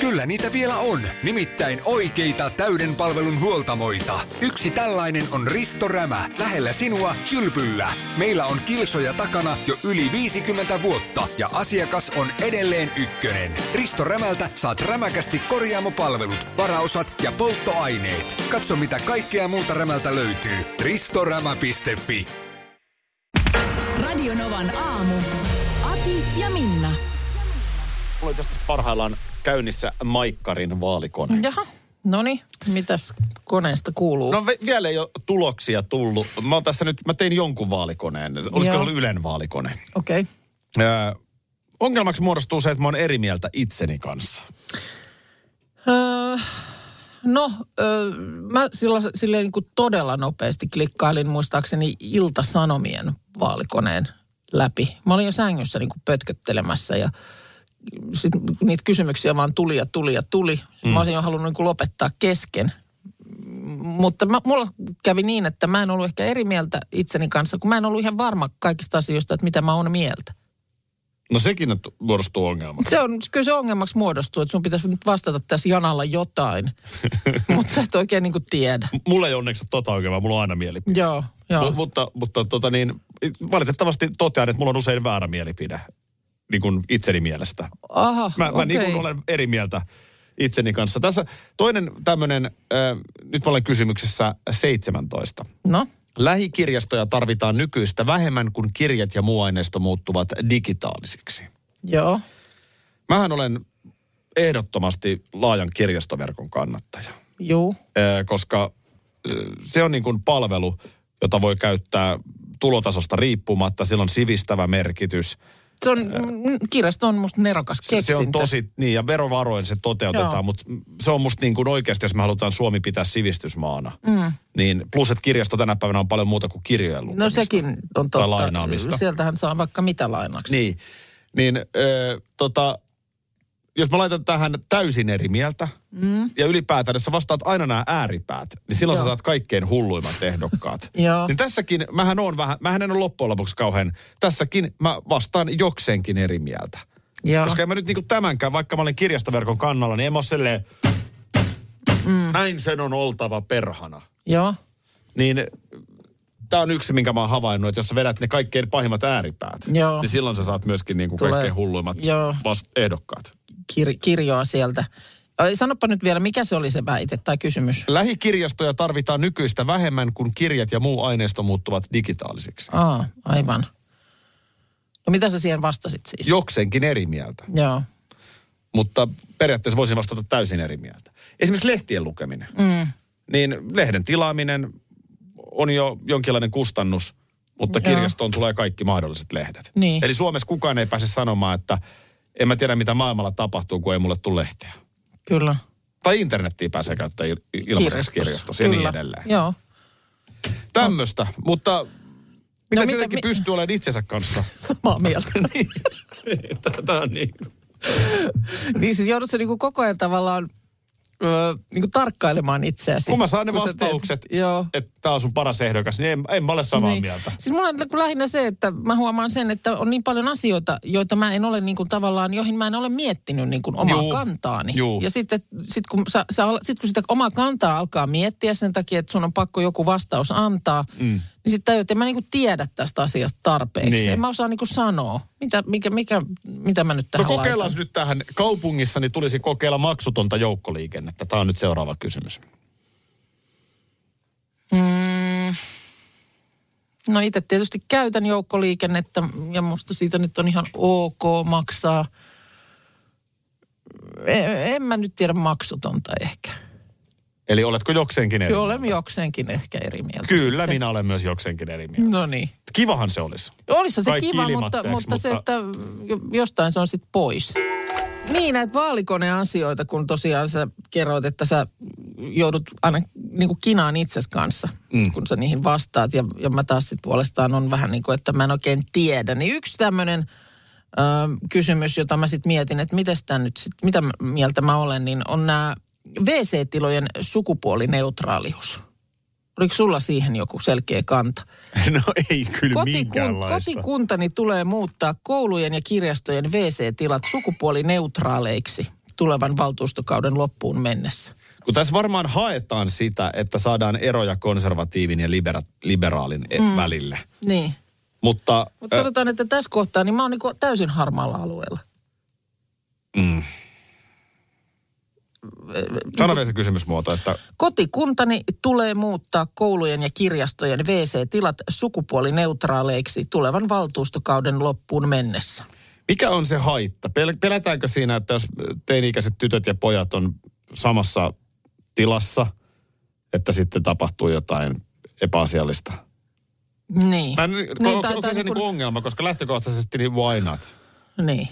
Kyllä niitä vielä on, nimittäin oikeita täyden palvelun huoltamoita. Yksi tällainen on Risto Rämä, lähellä sinua, Kylpyllä. Meillä on kilsoja takana jo yli 50 vuotta ja asiakas on edelleen ykkönen. Risto Rämältä saat rämäkästi korjaamopalvelut, varaosat ja polttoaineet. Katso mitä kaikkea muuta Rämältä löytyy. ristorämä.fi. Radio Novan aamu. Ati ja Minna. Mulla on tästä parhaillaan käynnissä Maikkarin vaalikone. Jaha, noniin. Mitäs koneesta kuuluu? No vielä ei ole tuloksia tullut. Mä tein jonkun vaalikoneen. Olisiko ollut Ylen vaalikone? Okei. Ongelmaksi muodostuu se, että mä oon eri mieltä itseni kanssa. Mä silleen niin kuin todella nopeasti klikkailin muistaakseni Ilta-Sanomien vaalikoneen läpi. Mä olin jo sängyssä niin kuin pötköttelemässä ja sitten niitä kysymyksiä vaan tuli. Mä olisin jo halunnut niin kuin lopettaa kesken. Mutta mulla kävi niin, että mä en ollut ehkä eri mieltä itseni kanssa, kun mä en ollut ihan varma kaikista asioista, että mitä mä oon mieltä. No sekin muodostuu ongelmaksi. Kyllä se ongelmaksi muodostuu, että sun pitäisi nyt vastata tässä janalla jotain, mutta sä et oikein niin kuin tiedä. Mulla ei onneksi ole ongelmaa, mulla on aina mielipide. Joo. Mutta valitettavasti totean, että mulla on usein väärä mielipide, niin kuin itseni mielestä. Aha, Mä niin kuin olen eri mieltä itseni kanssa. Tässä toinen tämmöinen, nyt mä olen kysymyksessä 17. No? Lähikirjastoja tarvitaan nykyistä vähemmän, kun kirjat ja muu aineisto muuttuvat digitaalisiksi. Joo. Mähän olen ehdottomasti laajan kirjastoverkon kannattaja. Joo. Koska se on niin kuin palvelu, jota voi käyttää tulotasosta riippumatta. Sillä on sivistävä merkitys. Kirjasto on musta nerokas keksintö. Se on tosi, niin ja verovaroin se toteutetaan, mutta se on musta niin kuin oikeasti, jos me halutaan Suomi pitää sivistysmaana, niin plus, että kirjasto tänä päivänä on paljon muuta kuin kirjojen lukemista. No sekin on totta. Tai lainaamista. Sieltähän saa vaikka mitä lainaksi. Niin, jos mä laitan tähän täysin eri mieltä, ja ylipäätään, jos sä vastaat aina nämä ääripäät, niin silloin sä saat kaikkein hulluimmat ehdokkaat. Niin tässäkin, mähän en ole loppujen lopuksi kauhean, tässäkin mä vastaan jokseenkin eri mieltä. Joo. Koska en mä nyt niinku tämänkään, vaikka mä olen kirjastoverkon kannalla, niin en mä ole silleen, näin sen on oltava perhana. Joo. Niin tää on yksi, minkä mä oon havainnut, että jos sä vedät ne kaikkein pahimmat ääripäät, niin silloin sä saat myöskin niinku kaikkein hulluimmat ehdokkaat. Kirjoa sieltä. Sanopa nyt vielä, mikä se oli se väite tai kysymys? Lähikirjastoja tarvitaan nykyistä vähemmän, kun kirjat ja muu aineisto muuttuvat digitaalisiksi. Aivan. No mitä sä siihen vastasit siis? Jokseenkin eri mieltä. Joo. Mutta periaatteessa voisin vastata täysin eri mieltä. Esimerkiksi lehtien lukeminen. Niin lehden tilaaminen on jo jonkinlainen kustannus, mutta kirjastoon tulee kaikki mahdolliset lehdet. Niin. Eli Suomessa kukaan ei pääse sanomaan, että en mä tiedä, mitä maailmalla tapahtuu, kun ei mulle tule lehteä. Kyllä. Tai internettiä pääsee käyttämään ilmaiseksi kirjastossa ja niin edelleen. Joo. Tämmöistä, mutta mitä tietenkin pystyy olemaan itsensä kanssa? Samaa mieltä. Tämä on niin. Niin siis joudut se niinku koko ajan tavallaan niinku tarkkailemaan itseäsi. Kun mä saan ne vastaukset, että tämä on sun paras ehdokas, niin en mä ole samaa mieltä. Siis mulla on lähinnä se, että mä huomaan sen, että on niin paljon asioita, joita mä en ole niinku tavallaan, joihin mä en ole miettinyt niinku omaa kantaani. Ja sitten kun kun sitä omaa kantaa alkaa miettiä sen takia, että sun on pakko joku vastaus antaa, niin sitten tajut, että mä niinku tiedä tästä asiasta tarpeeksi. Niin. En mä osaa niinku sanoa. Mitä mä nyt tähän laitan? Kokeillaan nyt tähän. Kaupungissani tulisi kokeilla maksutonta joukkoliikennettä. Tämä on nyt seuraava kysymys. No itse tietysti käytän joukkoliikennettä ja musta siitä nyt on ihan ok maksaa. En mä nyt tiedä maksutonta ehkä. Eli oletko jokseenkin eri mieltä? Olen jokseenkin ehkä eri mieltä. Kyllä, sitten. minä olen myös jokseenkin eri mieltä. No niin. Kivahan se olisi. Olisi se kiva, mutta se, että jostain se on sitten pois. Niin, näitä vaalikoneasioita, kun tosiaan sä kerroit, että sä joudut aina niin kuin kinaan itses kanssa, kun sä niihin vastaat. Ja mä taas sitten puolestaan on vähän niin kuin, että mä en oikein tiedä. Niin yksi tämmöinen kysymys, jota mä sitten mietin, että mitä mieltä mä olen, niin on nämä WC-tilojen sukupuolineutraalius. Oliko sulla siihen joku selkeä kanta? No ei kyllä minkäänlaista. Kotikuntani tulee muuttaa koulujen ja kirjastojen WC-tilat sukupuolineutraaleiksi. tulevan valtuustokauden loppuun mennessä. Kun tässä varmaan haetaan sitä, että saadaan eroja konservatiivin ja liberaalin välille. Niin. Mutta sanotaan, että tässä kohtaa niin mä oon niin kuin täysin harmaalla alueella. Sano vielä se kysymysmuoto, että... Kotikuntani tulee muuttaa koulujen ja kirjastojen WC-tilat sukupuolineutraaleiksi tulevan valtuustokauden loppuun mennessä. Mikä on se haitta? Pelätäänkö siinä, että jos teini-ikäiset tytöt ja pojat on samassa tilassa, että sitten tapahtuu jotain epäasiallista? Niin. Onko se niin ongelma, koska lähtökohtaisesti niin why not? Niin.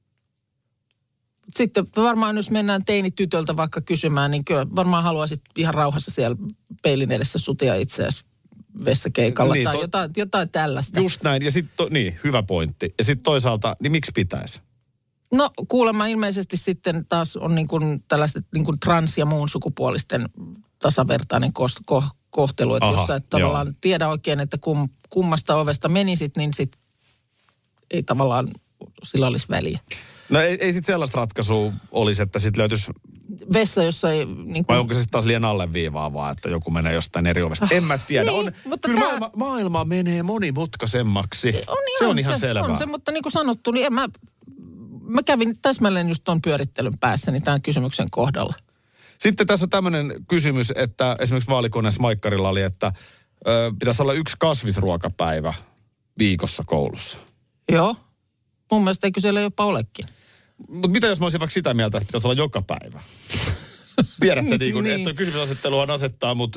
Sitten varmaan, jos mennään teinitytöltä vaikka kysymään, niin kyllä varmaan haluaisit ihan rauhassa siellä peilin edessä sutia itseäsi vessakeikalla niin, tai jotain tällaista. Just näin. Ja sitten, niin, hyvä pointti. Ja sitten toisaalta, niin miksi pitäisi? No kuulemma ilmeisesti sitten taas on niin kuin tällaiset niin kuin trans- ja muun sukupuolisten tasavertainen kohtelu. Että jos sä et tavallaan tiedä oikein, että kummasta ovesta menisit, niin sit ei tavallaan sillä olisi väliä. No ei sitten sellaista ratkaisua olisi, että sitten löytyisi... Vessa, jossa ei... Niin kuin... Vai onko se taas liian alleviivaavaa, että joku menee jostain eri ovesta? En mä tiedä. Niin, kyllä maailma menee monimutkaisemmaksi. Se on ihan selvää. On se, mutta niin kuin sanottu, niin mä kävin täsmälleen just tuon pyörittelyn päässä, niin tämän kysymyksen kohdalla. Sitten tässä on tämmöinen kysymys, että esimerkiksi vaalikoneessa Maikkarilla oli, että pitäisi olla 1 kasvisruokapäivä viikossa koulussa. Joo. Mun mielestä eikö siellä jopa olekin. Mutta mitä jos mä olisin vaikka sitä mieltä, että pitäisi olla joka päivä? Tiedätkö, niin. Että kysymysasetteluhan asettaa, mutta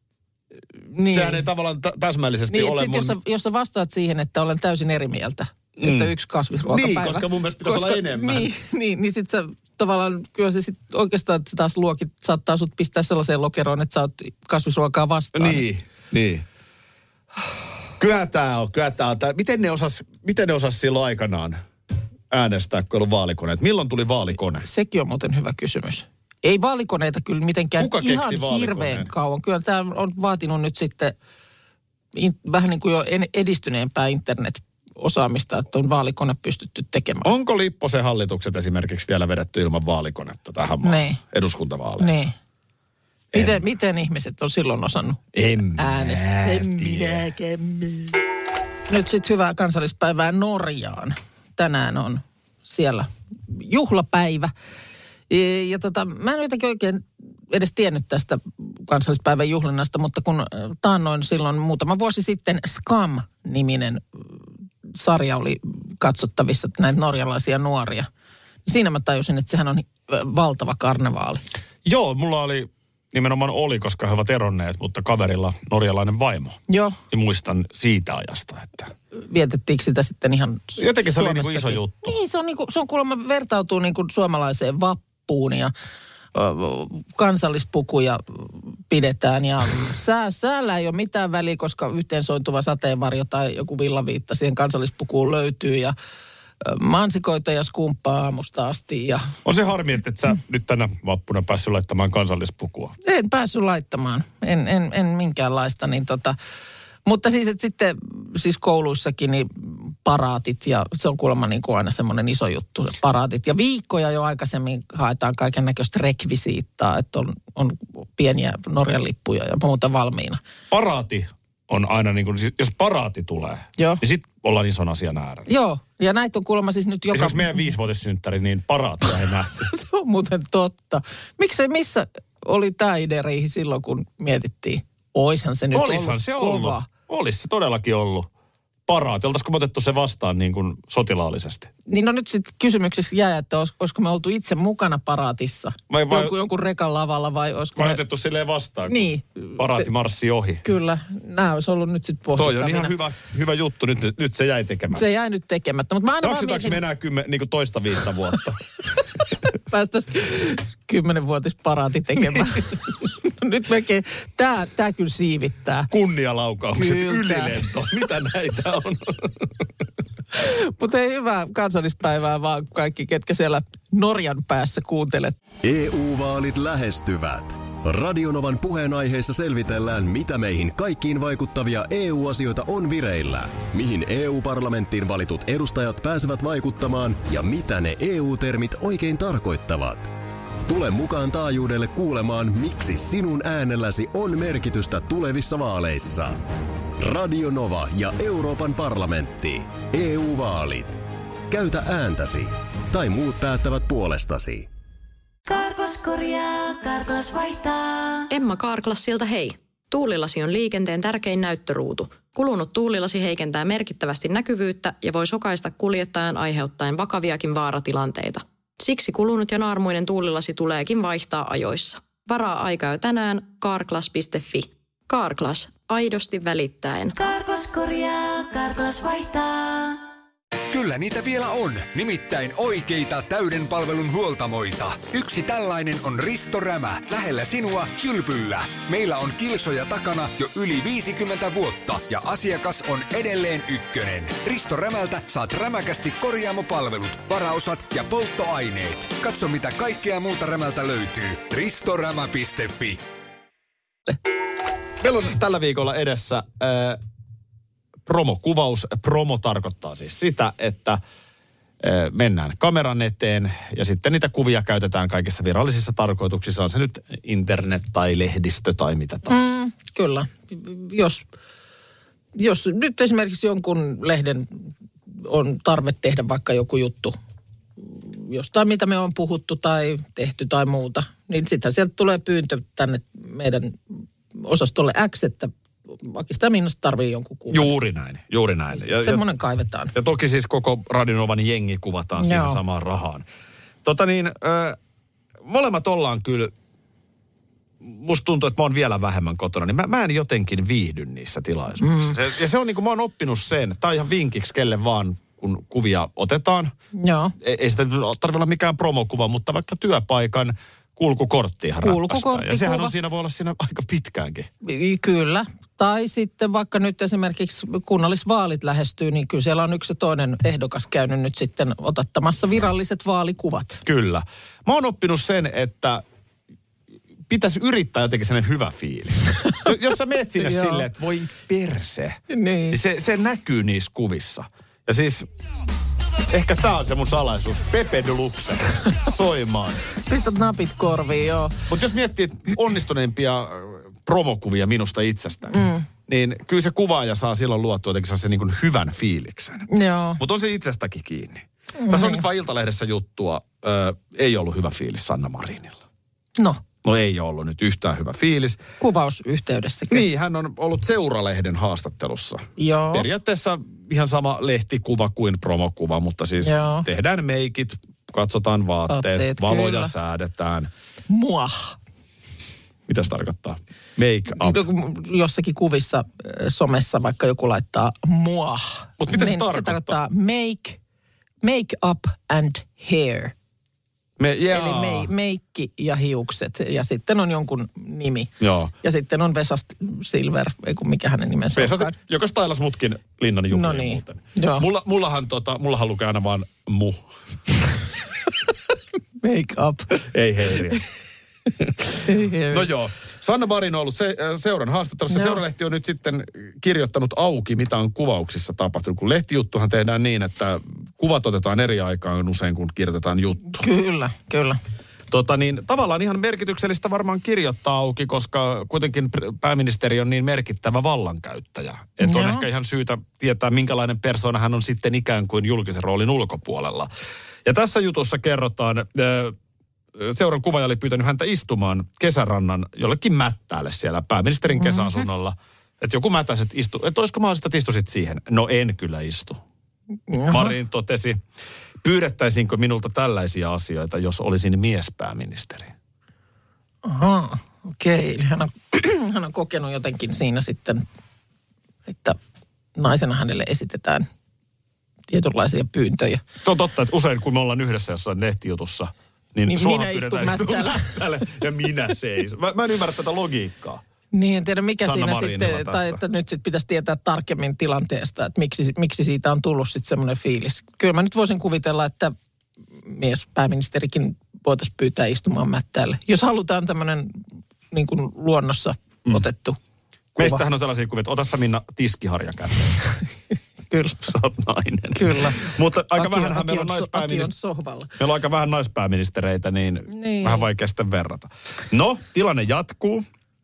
sehän ei tavallaan täsmällisesti ole jos sä vastaat siihen, että olen täysin eri mieltä, että 1 kasvisruokapäivä. Niin, koska mun mielestä pitäisi olla enemmän. Niin sit sä tavallaan, kyllä se sitten oikeastaan taas saattaa sut pistää sellaiseen lokeroon, että sä oot kasvisruokaa vastaan. Niin. Kyllä tää on. Miten ne osas silloin aikanaan äänestää, kun ollut vaalikoneet? Milloin tuli vaalikone? Sekin on muuten hyvä kysymys. Ei vaalikoneita kyllä mitenkään ihan hirveän kauan. Kyllä tämä on vaatinut nyt sitten vähän niin kuin jo edistyneempää internet-osaamista, että on vaalikone pystytty tekemään. Onko Lipposen hallitukset esimerkiksi vielä vedetty ilman vaalikonetta tähän maahan eduskuntavaaleissa? Niin. Miten ihmiset on silloin osannut äänestää? En minäkään. Nyt sitten hyvää kansallispäivää Norjaan. Tänään on siellä juhlapäivä. Ja mä en jotenkin oikein edes tiennyt tästä kansallispäivän juhlinnasta, mutta kun taannoin silloin muutama vuosi sitten Skam-niminen sarja oli katsottavissa, näitä norjalaisia nuoria. Siinä mä tajusin, että sehän on valtava karnevaali. Joo, mulla nimenomaan oli, koska he ovat eronneet, mutta kaverilla norjalainen vaimo. Joo. Ja muistan siitä ajasta, että... Vietettiinkö sitä sitten ihan jotenkin se oli niin kuin iso juttu. Niin, se on kuulemma vertautuu niin kuin suomalaiseen vappuun ja kansallispukuja pidetään. Ja säällä ei ole mitään väliä, koska yhteensointuva sateenvarjo tai joku villaviitta siihen kansallispukuun löytyy ja mansikoita ja skumppaa aamusta asti. Ja... On se harmi, että et sä nyt tänä vappuna päässyt laittamaan kansallispukua. En päässyt laittamaan. En minkäänlaista. Mutta siis, että sitten siis kouluissakin niin paraatit ja se on kuulemma niin kuin aina semmoinen iso juttu, paraatit. Ja viikkoja jo aikaisemmin haetaan kaiken näköistä rekvisiittaa, että on pieniä Norjan lippuja ja muuta valmiina. Paraati on aina niin kuin, jos paraati tulee, niin sitten ollaan ison asian äärellä. Joo, ja näitä on kuulemma siis nyt esimerkiksi meidän 5-vuotissynttäri, niin paraatia ei näe. Se on muuten totta. missä oli tämä ideriihi silloin, kun mietittiin? Oishan se nyt ollut. Olisi se todellakin ollut paraati. Oltaisiko me otettu se vastaan niin kuin sotilaallisesti? Niin no nyt sitten kysymykseksi jää, että olisiko me oltu itse mukana paraatissa? Vai jonkun rekan lavalla vai olisiko vai otettu silleen vastaan, niin. Paraati marssi ohi? Kyllä, nämä olisi ollut nyt sitten pohdittavina. Toi on ihan hyvä juttu, nyt se jäi tekemättä. Se jäi nyt tekemättä. Taksitaanko me enää niin kuin toista 5 vuotta? Päästäisiin 10-vuotis paraati tekemään. Nyt melkein, tää kyllä siivittää. Kunnialaukaukset, ylilento, mitä näitä on? Mutta ei hyvää kansallispäivää vaan kaikki, ketkä siellä Norjan päässä kuuntelet. EU-vaalit lähestyvät. Radio Novan puheenaiheessa selvitellään, mitä meihin kaikkiin vaikuttavia EU-asioita on vireillä, mihin EU-parlamenttiin valitut edustajat pääsevät vaikuttamaan ja mitä ne EU-termit oikein tarkoittavat. Tule mukaan taajuudelle kuulemaan, miksi sinun äänelläsi on merkitystä tulevissa vaaleissa. Radio Nova ja Euroopan parlamentti. EU-vaalit. Käytä ääntäsi. Tai muut päättävät puolestasi. Carglass korjaa, Carglass vaihtaa. Emma Carglassilta hei. Tuulilasi on liikenteen tärkein näyttöruutu. Kulunut tuulilasi heikentää merkittävästi näkyvyyttä ja voi sokaista kuljettajan aiheuttaen vakaviakin vaaratilanteita. Siksi kulunut ja naarmuinen tuulilasi tuleekin vaihtaa ajoissa. Varaa aikaa jo tänään carglass.fi. Carglass, aidosti välittäen. Carglass korjaa, Carglass vaihtaa. Kyllä niitä vielä on, nimittäin oikeita täyden palvelun huoltamoita. Yksi tällainen on Risto Rämä, lähellä sinua, Kylpyllä. Meillä on kilsoja takana jo yli 50 vuotta ja asiakas on edelleen ykkönen. Risto Rämältä saat rämäkästi korjaamopalvelut, varaosat ja polttoaineet. Katso mitä kaikkea muuta Rämältä löytyy. ristorämä.fi. Meillä on tällä viikolla edessä promokuvaus. Promo tarkoittaa siis sitä, että mennään kameran eteen ja sitten niitä kuvia käytetään kaikissa virallisissa tarkoituksissa. On se nyt internet tai lehdistö tai mitä tahansa. Kyllä. Jos nyt esimerkiksi jonkun lehden on tarve tehdä vaikka joku juttu jostain, mitä me on puhuttu tai tehty tai muuta, niin sitten sieltä tulee pyyntö tänne meidän osastolle X, että Makista ja Minnasta tarvii jonkun kuvan. Juuri näin. Semmoinen kaivetaan. Ja toki siis koko Radio Novan jengi kuvataan siihen samaan rahaan. Molemmat ollaan kyllä, musta tuntuu, että mä oon vielä vähemmän kotona, niin mä en jotenkin viihdy niissä tilaisuuksissa. Ja se on niin kuin mä oon oppinut sen, tai ihan vinkiksi kelle vaan, kun kuvia otetaan. Joo. Ei sitä tarvitse olla mikään promokuva, mutta vaikka työpaikan kulkukorttiin räppästään. Ja sehän on siinä, voi olla siinä aika pitkäänkin. Kyllä. Tai sitten vaikka nyt esimerkiksi kunnallisvaalit lähestyy, niin kyllä siellä on yksi toinen ehdokas käynyt nyt sitten otattamassa viralliset vaalikuvat. Kyllä. Mä oon oppinut sen, että pitäisi yrittää jotenkin sellainen hyvä fiilis. Jos sä meet sinne silleen, että voi perse, niin se näkyy niissä kuvissa. Ja siis ehkä tää on se mun salaisuus. Pepe Deluxe soimaan. Pistät napit korviin, joo. Mutta jos miettii onnistuneimpia promokuvia minusta itsestäni, niin kyllä se kuvaaja saa silloin luotua jotenkin se niin kuin hyvän fiiliksen. Joo. Mutta on se itsestäkin kiinni. Tässä on nyt vaan Iltalehdessä juttua. Ei ollut hyvä fiilis Sanna Marinilla. No ei ollut nyt yhtään hyvä fiilis. Kuvausyhteydessäkin. Niin, hän on ollut Seuralehden haastattelussa. Joo. Periaatteessa ihan sama lehtikuva kuin promokuva, mutta siis tehdään meikit, katsotaan vaatteet, valoja kyllä säädetään. Mitä se tarkoittaa? Make up. Jossakin kuvissa somessa vaikka joku laittaa Mutta mitä niin se tarkoittaa? Make up and hair. Eli meikki ja hiukset. Ja sitten on jonkun nimi. Joo. Ja sitten on Vesa Silver, mikä hänen nimensä on. Joka stylasi mutkin Linnan juhliin. No niin. Muuten. Mullahan lukee aina vaan mu. Make up. Ei heiriä. No joo. Sanna Marin on ollut Seuran haastattelussa. Seuralehti on nyt sitten kirjoittanut auki, mitä on kuvauksissa tapahtunut. Kun lehtijuttuhan tehdään niin, että kuvat otetaan eri aikaan usein, kun kirjoitetaan juttu. Kyllä. Tavallaan ihan merkityksellistä varmaan kirjoittaa auki, koska kuitenkin pääministeri on niin merkittävä vallankäyttäjä. Että on ehkä ihan syytä tietää, minkälainen persoona hän on sitten ikään kuin julkisen roolin ulkopuolella. Ja tässä jutussa kerrotaan, Seuran kuvaaja oli pyytänyt häntä istumaan kesärannan jollekin mättäälle siellä pääministerin kesäasunnolla. Että joku mätäs, että olisiko mahdollista, että istuisit siihen? No en kyllä istu. Marin totesi, pyydettäisiinkö minulta tällaisia asioita, jos olisin miespääministeri? Aha, okei. Hän on kokenut jotenkin siinä sitten, että naisena hänelle esitetään tietynlaisia pyyntöjä. Se on totta, että usein kun me ollaan yhdessä jossain lehtijutussa, niin suohan pyydetään istumaan ja minä seis. Mä en ymmärrä tätä logiikkaa. Niin, en tiedä mikä Sanna siinä sitten, tai että nyt sitten pitäisi tietää tarkemmin tilanteesta, että miksi siitä on tullut sitten semmoinen fiilis. Kyllä mä nyt voisin kuvitella, että pääministerikin voitaisiin pyytää istumaan mättäälle. Jos halutaan tämmöinen niin kuin luonnossa otettu kuva. Meistähän on sellaisia kuvia, että ota sä Minna tiskiharja käteen. Kyllä. Sä oot nainen. Kyllä. Mutta aika vähänhän meillä on meillä on aika vähän naispääministereitä, niin vähän vaikea sitten verrata. No, tilanne jatkuu.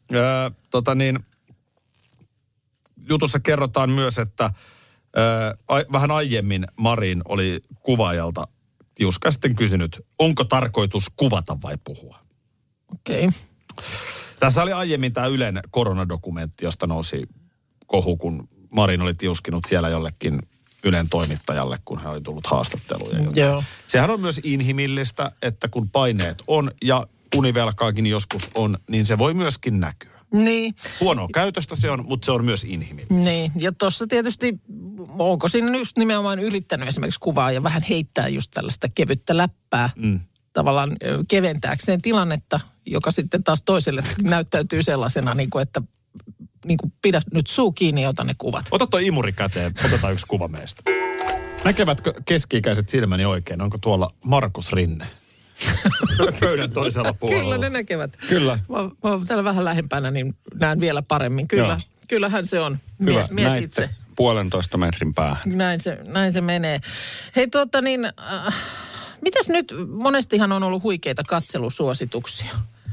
Jutussa kerrotaan myös, että vähän aiemmin Marin oli kuvaajalta Tiuska sitten kysynyt, onko tarkoitus kuvata vai puhua? Okei. Tässä oli aiemmin tämä Ylen koronadokumentti, josta nousi kohu, kun Marin oli tiuskinut siellä jollekin Ylen toimittajalle, kun hän oli tullut haastatteluun. Joo. Sehän on myös inhimillistä, että kun paineet on ja univelkaakin joskus on, niin se voi myöskin näkyä. Niin. Huonoa käytöstä se on, mutta se on myös inhimillistä. Niin, ja tuossa tietysti, onko siinä just nimenomaan yrittänyt esimerkiksi kuvaa ja vähän heittää just tällaista kevyttä läppää, tavallaan keventääkseen tilannetta, joka sitten taas toiselle näyttäytyy sellaisena, niin kuin, että niin kuin pidä nyt suu kiinni ja ota ne kuvat. Ota toi imuri käteen, otetaan yksi kuva meistä. Näkevätkö keski-ikäiset silmäni oikein? Onko tuolla Markus Rinne? Pöydän toisella puolella. Kyllä ne näkevät. Kyllä. Mä oon täällä vähän lähempänä, niin näen vielä paremmin. Kyllä, joo. Kyllähän se on. Hyvä, mies itse. 1,5 metrin päähän. Näin se menee. Hei mitäs nyt, monestihan on ollut huikeita katselusuosituksia.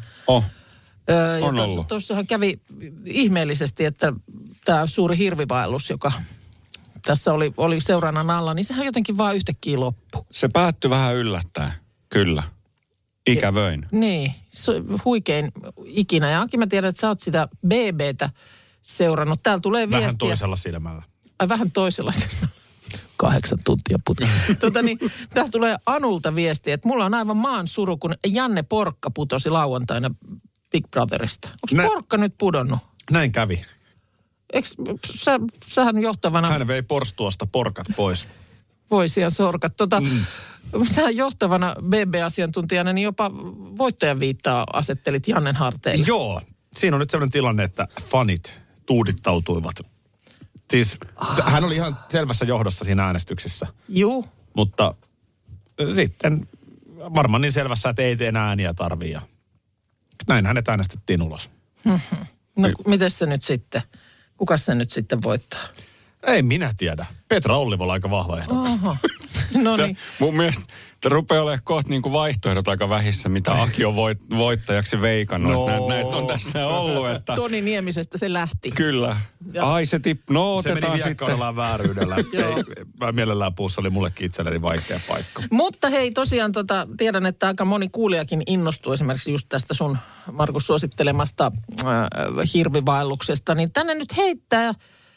On ollut. Tuossahan kävi ihmeellisesti, että tämä suuri hirvivaellus, joka tässä oli seurannan alla, niin sehän jotenkin vaan yhtäkkiä loppu. Se päättyi vähän yllättäen, kyllä. Ikävöin. Niin, huikein ikinä. Ja Aki, mä tiedän, että sä oot sitä BBtä seurannut. Täällä tulee viestiä. Vähän toisella silmällä. Vähän toisella silmällä. 8 tuntia putkeen. Täällä tulee Anulta viestiä, että mulla on aivan maan suru, kun Janne Porkka putosi lauantaina Big Brotherista. Onko Porkka nyt pudonnut? Näin kävi. Eikö sähän johtavana... Hän vei porstuasta porkat pois. Voisia sorkat. Sähän johtavana BB-asiantuntijana, niin jopa voittajan viittaa asettelit Jannen harteille. Joo. Siinä on nyt sellainen tilanne, että fanit tuudittautuivat. Siis hän oli ihan selvässä johdossa siinä äänestyksessä. Juu. Mutta sitten varmaan niin selvässä, että ei enää ääniä tarvii. Ja näin hänet äänestettiin ulos. No mites se nyt sitten? Kukas se nyt sitten voittaa? Ei minä tiedä. Petra Olli on aika vahva ehdokas. No niin. Mun mielestä rupeaa olemaan kohta niin kuin vaihtoehdot aika vähissä, mitä Aki on voittajaksi veikannut. No. Näitä on tässä ollut. Että... Toni Niemisestä se lähti. Kyllä. Ai se no se otetaan meni viekkaudella vääryydellä. Mä mielellään puussa oli mullekin itselleni vaikea paikka. Mutta hei, tosiaan tiedän, että aika moni kuulijakin innostuu esimerkiksi just tästä sun, Markus, suosittelemasta hirvivaelluksesta. Niin tänne nyt heittää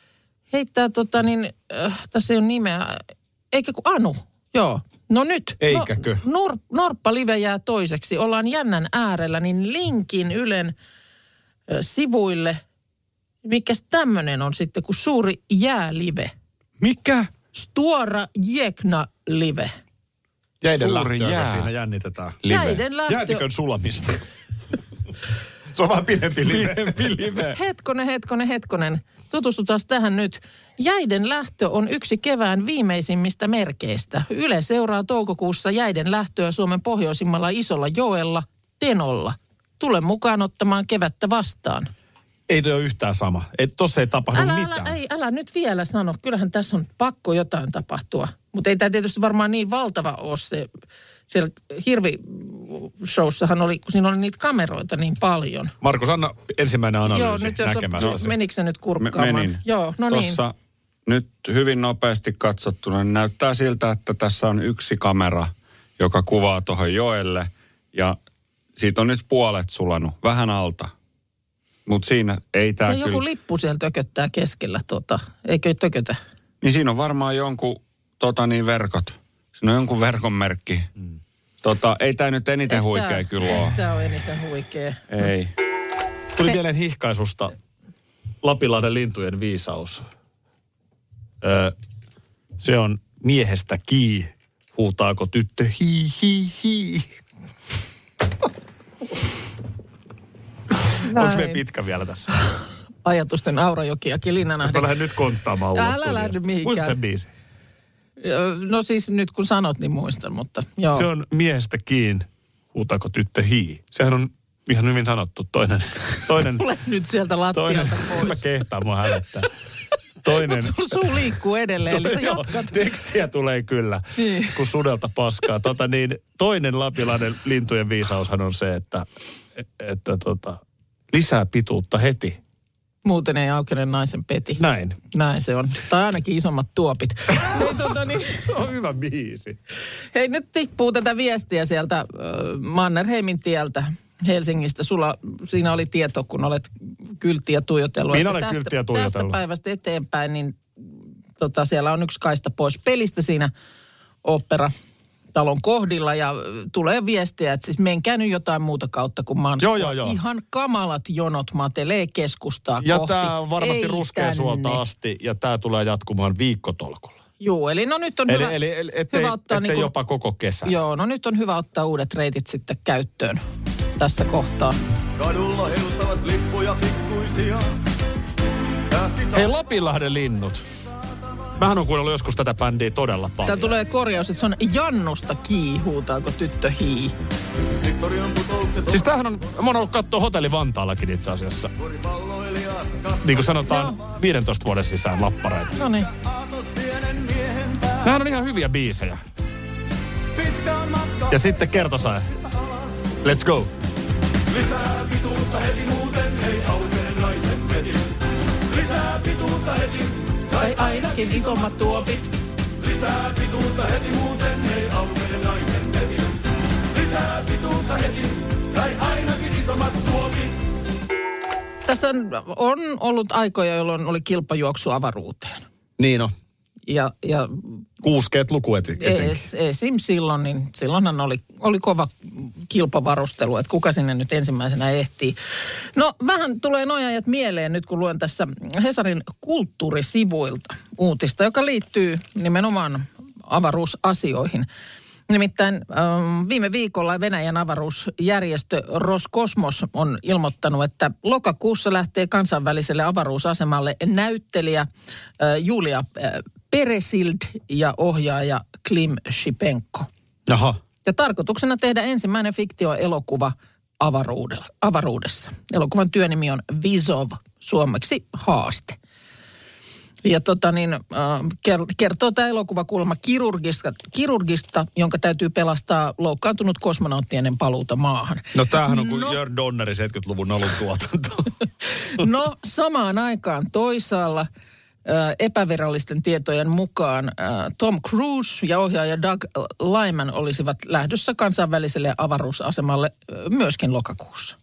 tässä ei ole nimeä, eikä kun Anu, joo. No nyt. Eikäkö? Norppa Live jää toiseksi. Ollaan jännän äärellä, niin linkin Ylen sivuille. Mikäs tämmönen on sitten, kun suuri jäälive? Mikä? Stuora Jekna Live. Jäiden lähtöä, siinä jännitetään. Jäiden lähtö. Jäätikön sulamista. Se on vähän pidempi live. Hetkonen. Tutustutaan tähän nyt. Jäiden lähtö on yksi kevään viimeisimmistä merkeistä. Yle seuraa toukokuussa jäiden lähtöä Suomen pohjoisimmalla isolla joella, Tenolla. Tule mukaan ottamaan kevättä vastaan. Ei toi ole yhtään sama. Tossa ei tapahdu mitään. Älä nyt vielä sano. Kyllähän tässä on pakko jotain tapahtua. Mutta ei tämä tietysti varmaan niin valtava ole se. Siellä hirvi-showssahan oli, kun siinä oli niitä kameroita niin paljon. Markus, anna ensimmäinen analyysi näkemästä. Menikö se nyt kurkkaamaan? Menin. Joo, no Tossa niin. Nyt hyvin nopeasti katsottuna niin näyttää siltä, että tässä on yksi kamera, joka kuvaa tuohon joelle. Ja siitä on nyt puolet sulanut, vähän alta. Mutta siinä ei tämä kyllä... Se joku lippu siellä tököttää keskellä, eikö tökötä? Niin siinä on varmaan jonkun verkot. Siinä on jonkun verkon merkki. Ei tämä nyt eniten huikea kyllä ole. Eikö tämä ole eniten huikea? Ei. Tuli mieleen hihkaisusta Lapinlahden lintujen viisaus. Se on miehestä kii, huutaako tyttö hii. Onko me pitkä vielä tässä? Ajatusten Aurajoki ja Kilinanahde. Mä lähden nyt konttaamaan ulos. Älä lähde mihinkään. Muista se biisi? No siis nyt kun sanot, niin muistan, mutta joo. Se on miehestä kiin, huutaako tyttö hii. Sehän on Ihan hyvin sanottu. Toinen. Tule nyt sieltä lattialta pois. Mä kehtaan, mua hävettää. Toinen. Suu liikkuu edelleen, eli sä jatkat. Tekstiä tulee kyllä, kun sudelta paskaa. Toinen lapilainen lintujen viisaushan on se, että lisää pituutta heti. Muuten ei aukene naisen peti. Näin se on. Tai ainakin isommat tuopit. Se on hyvä biisi. Hei, nyt tippuu tätä viestiä sieltä Mannerheimin tieltä Helsingistä. Sulla siinä oli tieto, kun olet kylttiä tuijotellut. Minä olen kylttiä tuijotellut. Tästä päivästä eteenpäin, niin siellä on yksi kaista pois pelistä siinä Oopperatalon kohdilla ja tulee viestiä, että siis menkää nyt jotain muuta kautta kuin Manskua. Joo. Ihan kamalat jonot matelee keskustaa ja kohti. Ja tämä on varmasti Ruskeasuolta asti ja tämä tulee jatkumaan viikkotolkulla. Joo, eli no nyt on hyvä ottaa ettei jopa koko kesä. Joo, no nyt on hyvä ottaa uudet reitit sitten käyttöön tässä kohtaa. Kadulla heiluttavat lippuja pikkuisia. Hei, Lapinlahden linnut. Mähän on kuunnellut joskus tätä bändiä todella paljon. Tää tulee korjaus, että se on Jannusta Kii, huutaako tyttö hii. Siis tämähän on, mä oon ollut kattoo Hotelli Vantaallakin itse asiassa. Niin kuin sanotaan, 15 vuoden sisään lappareita. No niin. Nämähän on ihan hyviä biisejä. Ja sitten Kertosae. Let's go. Lisää pituutta heti, muuten ei aukene naisen peti. Lisää pituutta heti. Tai ainakin isommat tuopit. Lisää pituutta heti, muuten ei aukene naisen peti. Lisää pituutta heti. Tai ainakin isommat tuopit. Tässä on ollut aikoja, jolloin oli kilpajuoksu avaruuteen. Niin on. Ja 60-luku etenkin. Esim. silloin, niin silloinhan oli kova kilpavarustelu, että kuka sinne nyt ensimmäisenä ehtii. No vähän tulee nojajat mieleen nyt, kun luen tässä Hesarin kulttuurisivuilta uutista, joka liittyy nimenomaan avaruusasioihin. Nimittäin viime viikolla Venäjän avaruusjärjestö Roskosmos on ilmoittanut, että lokakuussa lähtee kansainväliselle avaruusasemalle näyttelijä Julia Peresild ja ohjaaja Klim Shipenko. Jaha. Ja tarkoituksena tehdä ensimmäinen fiktioelokuva avaruudessa. Elokuvan työnimi on Vizov, suomeksi haaste. Ja kertoo tämä elokuva kuulemma kirurgista, jonka täytyy pelastaa loukkaantunut kosmonautti ennen paluuta maahan. No tämähän on kuin Jörn Donneri 70-luvun alun tuotanto. No samaan aikaan toisaalla epävirallisten tietojen mukaan Tom Cruise ja ohjaaja Doug Liman olisivat lähdössä kansainväliselle avaruusasemalle myöskin lokakuussa.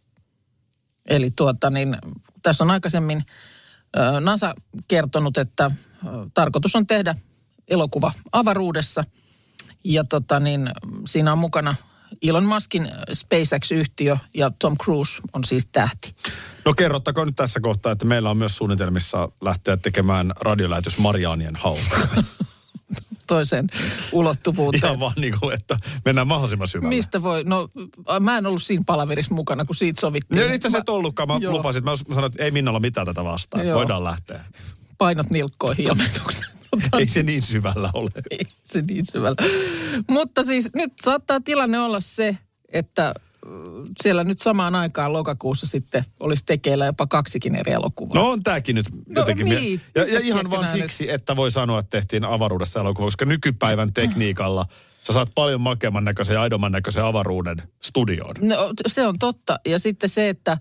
Eli tässä on aikaisemmin NASA kertonut, että tarkoitus on tehdä elokuva avaruudessa ja siinä on mukana Elon Muskin SpaceX-yhtiö ja Tom Cruise on siis tähti. No kerrottakoon nyt tässä kohtaa, että meillä on myös suunnitelmissa lähteä tekemään radiolähetys Mariaanien hautaan. Toiseen ulottuvuuteen. Ihan vaan niin kuin, että mennään mahdollisimman syvälle. Mistä voi? No mä en ollut siinä palaverissa mukana, kun siitä sovittiin. No itse asiassa et ollutkaan. Mä lupasin, mä sanoin, että ei Minnalla mitään tätä vastaan. Voidaan lähteä. Painot nilkkoihin ja mennuksen. Ei se niin syvällä ole. Ei se niin syvällä. Mutta siis nyt saattaa tilanne olla se, että siellä nyt samaan aikaan lokakuussa sitten olisi tekeillä jopa 2 eri elokuvaa. No on tämäkin nyt jotenkin. No, niin. Ja ihan vaan siksi, että voi sanoa, että tehtiin avaruudessa elokuva, koska nykypäivän tekniikalla sä saat paljon makeamman näköisen ja aidomman näköisen avaruuden studioon. No se on totta. Ja sitten se, että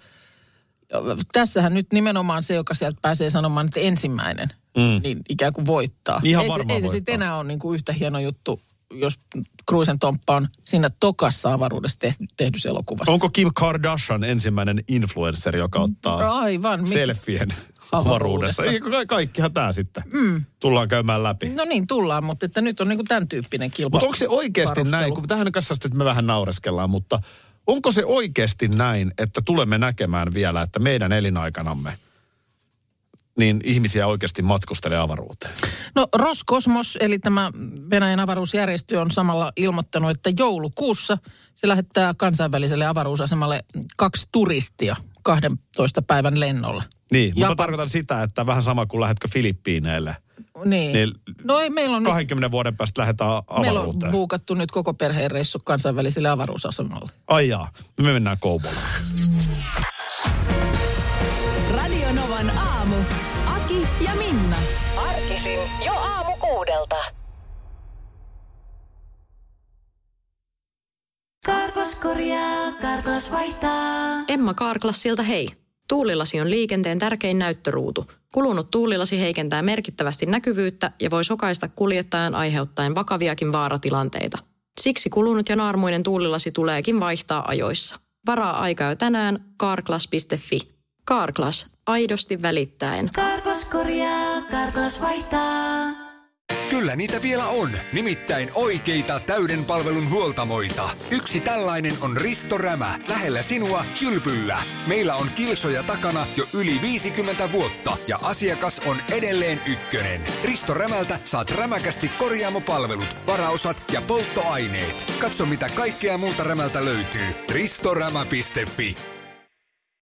tässähän nyt nimenomaan se, joka sieltä pääsee sanomaan, että ensimmäinen, niin ikään kuin voittaa. Ihan varmaan ei se sitten enää ole niin kuin yhtä hieno juttu, jos Cruisen tomppa on siinä tokassa avaruudessa tehdyssä elokuvassa. Onko Kim Kardashian ensimmäinen influencer, joka ottaa selfien avaruudessa? Kaikkihan tämä sitten tullaan käymään läpi. No niin, tullaan, mutta että nyt on niin kuin tämän tyyppinen kilpailu. Mutta onko se oikeasti näin, kun tähän kanssa sitten me vähän naureskellaan, mutta onko se oikeasti näin, että tulemme näkemään vielä, että meidän elinaikanamme niin ihmisiä oikeasti matkustelee avaruuteen? No Roskosmos, eli tämä Venäjän avaruusjärjestö on samalla ilmoittanut, että joulukuussa se lähettää kansainväliselle avaruusasemalle 2 turistia 12 päivän lennolla. Niin, mutta tarkoitan sitä, että vähän sama kuin lähdetkö Filippiineille Niin. No ei, meillä on 20 vuoden päästä lähdetään avaruuteen. Meillä on buukattu nyt koko perheen reissu kansainväliselle avaruusasemalle. Ai jaa, me mennään Kouvolaan. Radio Novan aamu. Aki ja Minna. Arkisin jo aamu 6:00. Karklas korjaa, Karklas vaihtaa. Emma Karklassilta hei. Tuulilasi on liikenteen tärkein näyttöruutu. Kulunut tuulilasi heikentää merkittävästi näkyvyyttä ja voi sokaista kuljettajan aiheuttaen vakaviakin vaaratilanteita. Siksi kulunut ja naarmuinen tuulilasi tuleekin vaihtaa ajoissa. Varaa aikaa jo tänään karklas.fi. Karklas, aidosti välittäen. Karklas korjaa, Karklas vaihtaa. Kyllä niitä vielä on, nimittäin oikeita täyden palvelun huoltamoita. Yksi tällainen on Risto Rämä, lähellä sinua, Kylpyllä. Meillä on kilsoja takana jo yli 50 vuotta ja asiakas on edelleen ykkönen. Risto Rämältä saat rämäkästi korjaamopalvelut, varaosat ja polttoaineet. Katso mitä kaikkea muuta Rämältä löytyy. ristorämä.fi.